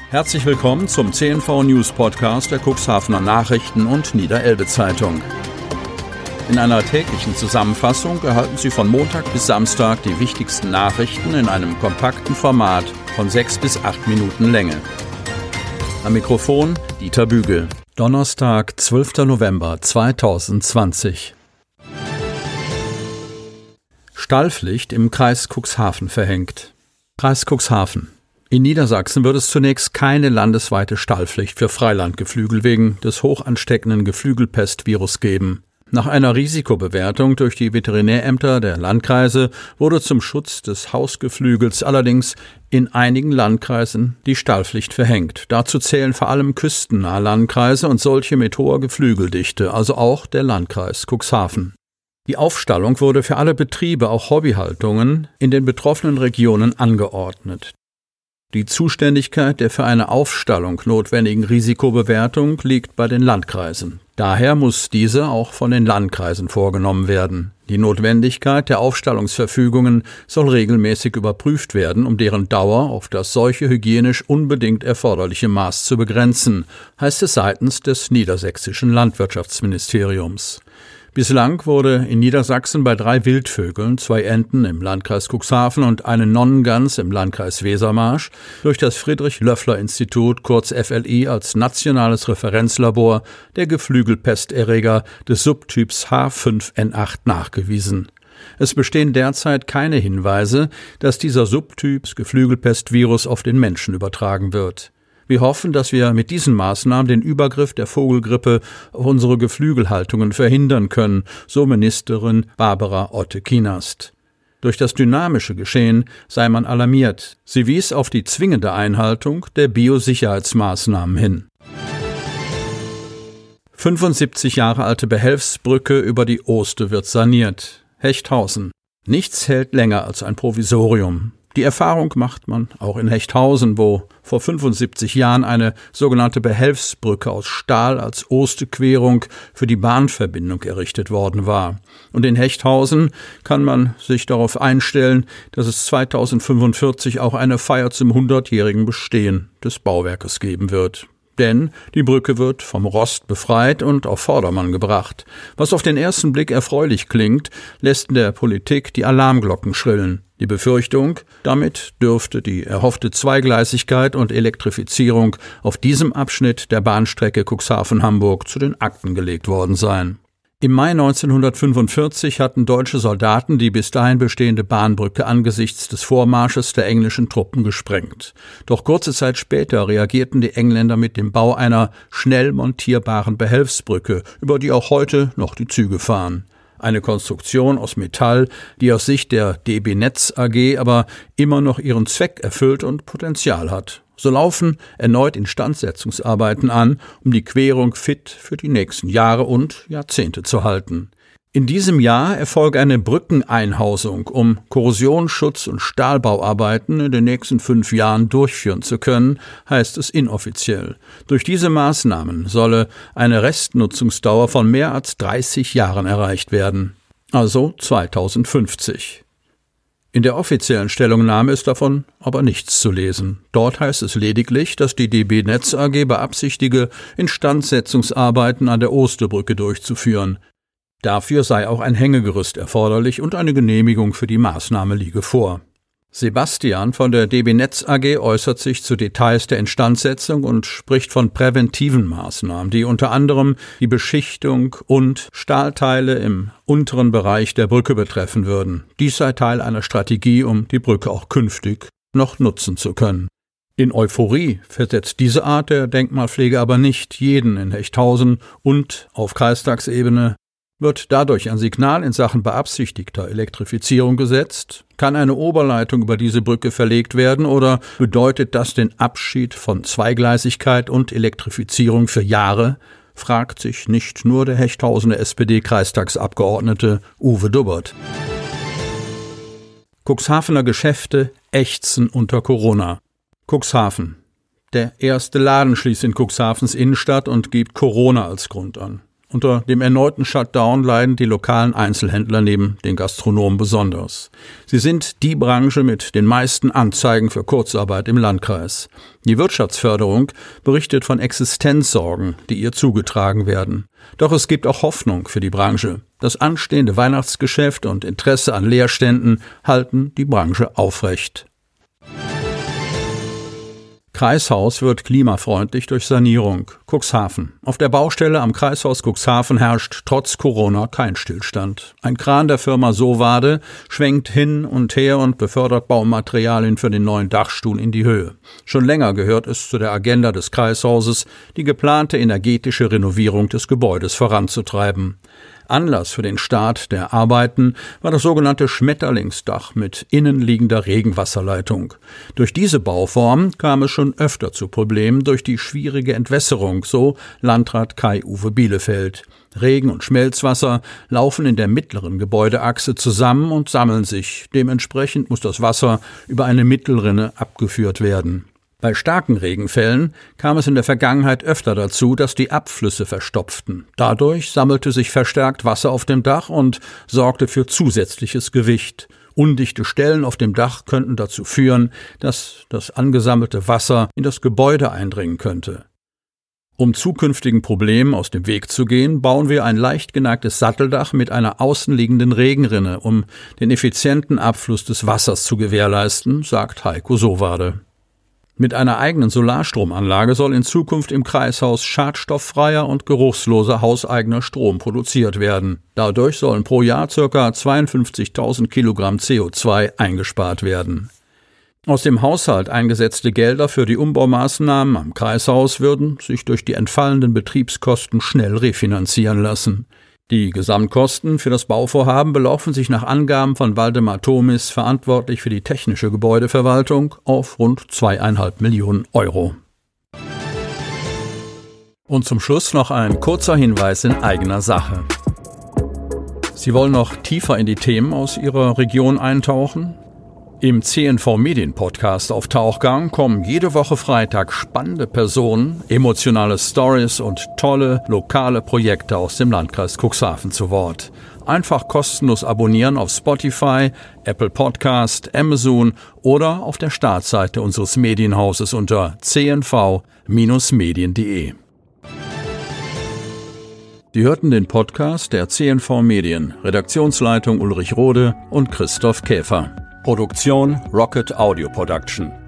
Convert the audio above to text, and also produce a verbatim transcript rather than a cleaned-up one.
Herzlich willkommen zum C N V News Podcast der Cuxhavener Nachrichten und Niederelbe Zeitung. In einer täglichen Zusammenfassung erhalten Sie von Montag bis Samstag die wichtigsten Nachrichten in einem kompakten Format von sechs bis acht Minuten Länge. Am Mikrofon Dieter Bügel. Donnerstag, zwölfter November zweitausendzwanzig. Stallpflicht im Kreis Cuxhaven verhängt. Kreis Cuxhaven. In Niedersachsen wird es zunächst keine landesweite Stallpflicht für Freilandgeflügel wegen des hoch ansteckenden Geflügelpestvirus geben. Nach einer Risikobewertung durch die Veterinärämter der Landkreise wurde zum Schutz des Hausgeflügels allerdings in einigen Landkreisen die Stallpflicht verhängt. Dazu zählen vor allem küstennahe Landkreise und solche mit hoher Geflügeldichte, also auch der Landkreis Cuxhaven. Die Aufstallung wurde für alle Betriebe, auch Hobbyhaltungen, in den betroffenen Regionen angeordnet. Die Zuständigkeit der für eine Aufstallung notwendigen Risikobewertung liegt bei den Landkreisen. Daher muss diese auch von den Landkreisen vorgenommen werden. Die Notwendigkeit der Aufstallungsverfügungen soll regelmäßig überprüft werden, um deren Dauer auf das solche hygienisch unbedingt erforderliche Maß zu begrenzen, heißt es seitens des niedersächsischen Landwirtschaftsministeriums. Bislang wurde in Niedersachsen bei drei Wildvögeln, zwei Enten im Landkreis Cuxhaven und eine Nonnengans im Landkreis Wesermarsch durch das Friedrich-Löffler-Institut, kurz F L I, als nationales Referenzlabor der Geflügelpesterreger des Subtyps H fünf N acht nachgewiesen. Es bestehen derzeit keine Hinweise, dass dieser Subtyp Geflügelpestvirus auf den Menschen übertragen wird. Wir hoffen, dass wir mit diesen Maßnahmen den Übergriff der Vogelgrippe auf unsere Geflügelhaltungen verhindern können, so Ministerin Barbara Otte-Kienast. Durch das dynamische Geschehen sei man alarmiert. Sie wies auf die zwingende Einhaltung der Biosicherheitsmaßnahmen hin. fünfundsiebzig Jahre alte Behelfsbrücke über die Oste wird saniert. Hechthausen. Nichts hält länger als ein Provisorium. Die Erfahrung macht man auch in Hechthausen, wo vor fünfundsiebzig Jahren eine sogenannte Behelfsbrücke aus Stahl als Ostequerung für die Bahnverbindung errichtet worden war. Und in Hechthausen kann man sich darauf einstellen, dass es zweitausendfünfundvierzig auch eine Feier zum hundertjährigen Bestehen des Bauwerkes geben wird. Denn die Brücke wird vom Rost befreit und auf Vordermann gebracht. Was auf den ersten Blick erfreulich klingt, lässt in der Politik die Alarmglocken schrillen. Die Befürchtung, damit dürfte die erhoffte Zweigleisigkeit und Elektrifizierung auf diesem Abschnitt der Bahnstrecke Cuxhaven-Hamburg zu den Akten gelegt worden sein. Im Mai neunzehnhundertfünfundvierzig hatten deutsche Soldaten die bis dahin bestehende Bahnbrücke angesichts des Vormarsches der englischen Truppen gesprengt. Doch kurze Zeit später reagierten die Engländer mit dem Bau einer schnell montierbaren Behelfsbrücke, über die auch heute noch die Züge fahren. Eine Konstruktion aus Metall, die aus Sicht der D B Netz A G aber immer noch ihren Zweck erfüllt und Potenzial hat. So laufen erneut Instandsetzungsarbeiten an, um die Querung fit für die nächsten Jahre und Jahrzehnte zu halten. In diesem Jahr erfolgt eine Brückeneinhausung, um Korrosionsschutz und Stahlbauarbeiten in den nächsten fünf Jahren durchführen zu können, heißt es inoffiziell. Durch diese Maßnahmen solle eine Restnutzungsdauer von mehr als dreißig Jahren erreicht werden, also zweitausendfünfzig. In der offiziellen Stellungnahme ist davon aber nichts zu lesen. Dort heißt es lediglich, dass die D B Netz A G beabsichtige, Instandsetzungsarbeiten an der Osterbrücke durchzuführen. Dafür sei auch ein Hängegerüst erforderlich und eine Genehmigung für die Maßnahme liege vor. Sebastian von der D B Netz A G äußert sich zu Details der Instandsetzung und spricht von präventiven Maßnahmen, die unter anderem die Beschichtung und Stahlteile im unteren Bereich der Brücke betreffen würden. Dies sei Teil einer Strategie, um die Brücke auch künftig noch nutzen zu können. In Euphorie versetzt diese Art der Denkmalpflege aber nicht jeden in Hechthausen und auf Kreistagsebene. Wird dadurch ein Signal in Sachen beabsichtigter Elektrifizierung gesetzt? Kann eine Oberleitung über diese Brücke verlegt werden oder bedeutet das den Abschied von Zweigleisigkeit und Elektrifizierung für Jahre? Fragt sich nicht nur der Hechthausener S P D-Kreistagsabgeordnete Uwe Dubbert. Cuxhavener Geschäfte ächzen unter Corona. Cuxhaven. Der erste Laden schließt in Cuxhavens Innenstadt und gibt Corona als Grund an. Unter dem erneuten Shutdown leiden die lokalen Einzelhändler neben den Gastronomen besonders. Sie sind die Branche mit den meisten Anzeigen für Kurzarbeit im Landkreis. Die Wirtschaftsförderung berichtet von Existenzsorgen, die ihr zugetragen werden. Doch es gibt auch Hoffnung für die Branche. Das anstehende Weihnachtsgeschäft und Interesse an Leerständen halten die Branche aufrecht. Kreishaus wird klimafreundlich durch Sanierung. Cuxhaven. Auf der Baustelle am Kreishaus Cuxhaven herrscht trotz Corona kein Stillstand. Ein Kran der Firma Sowade schwenkt hin und her und befördert Baumaterialien für den neuen Dachstuhl in die Höhe. Schon länger gehört es zu der Agenda des Kreishauses, die geplante energetische Renovierung des Gebäudes voranzutreiben. Anlass für den Start der Arbeiten war das sogenannte Schmetterlingsdach mit innenliegender Regenwasserleitung. Durch diese Bauform kam es schon öfter zu Problemen durch die schwierige Entwässerung, so Landrat Kai-Uwe Bielefeld. Regen und Schmelzwasser laufen in der mittleren Gebäudeachse zusammen und sammeln sich. Dementsprechend muss das Wasser über eine Mittelrinne abgeführt werden. Bei starken Regenfällen kam es in der Vergangenheit öfter dazu, dass die Abflüsse verstopften. Dadurch sammelte sich verstärkt Wasser auf dem Dach und sorgte für zusätzliches Gewicht. Undichte Stellen auf dem Dach könnten dazu führen, dass das angesammelte Wasser in das Gebäude eindringen könnte. Um zukünftigen Problemen aus dem Weg zu gehen, bauen wir ein leicht geneigtes Satteldach mit einer außenliegenden Regenrinne, um den effizienten Abfluss des Wassers zu gewährleisten, sagt Heiko Sowade. Mit einer eigenen Solarstromanlage soll in Zukunft im Kreishaus schadstofffreier und geruchsloser hauseigener Strom produziert werden. Dadurch sollen pro Jahr ca. zweiundfünfzigtausend Kilogramm C O zwei eingespart werden. Aus dem Haushalt eingesetzte Gelder für die Umbaumaßnahmen am Kreishaus würden sich durch die entfallenden Betriebskosten schnell refinanzieren lassen. Die Gesamtkosten für das Bauvorhaben belaufen sich nach Angaben von Waldemar Thomis, verantwortlich für die technische Gebäudeverwaltung, auf rund zweieinhalb Millionen Euro. Und zum Schluss noch ein kurzer Hinweis in eigener Sache. Sie wollen noch tiefer in die Themen aus Ihrer Region eintauchen? Im C N V Medien Podcast auf Tauchgang kommen jede Woche Freitag spannende Personen, emotionale Stories und tolle lokale Projekte aus dem Landkreis Cuxhaven zu Wort. Einfach kostenlos abonnieren auf Spotify, Apple Podcast, Amazon oder auf der Startseite unseres Medienhauses unter c n v Bindestrich medien punkt de. Sie hörten den Podcast der C N V Medien, Redaktionsleitung Ulrich Rode und Christoph Käfer. Produktion Rocket Audio Production.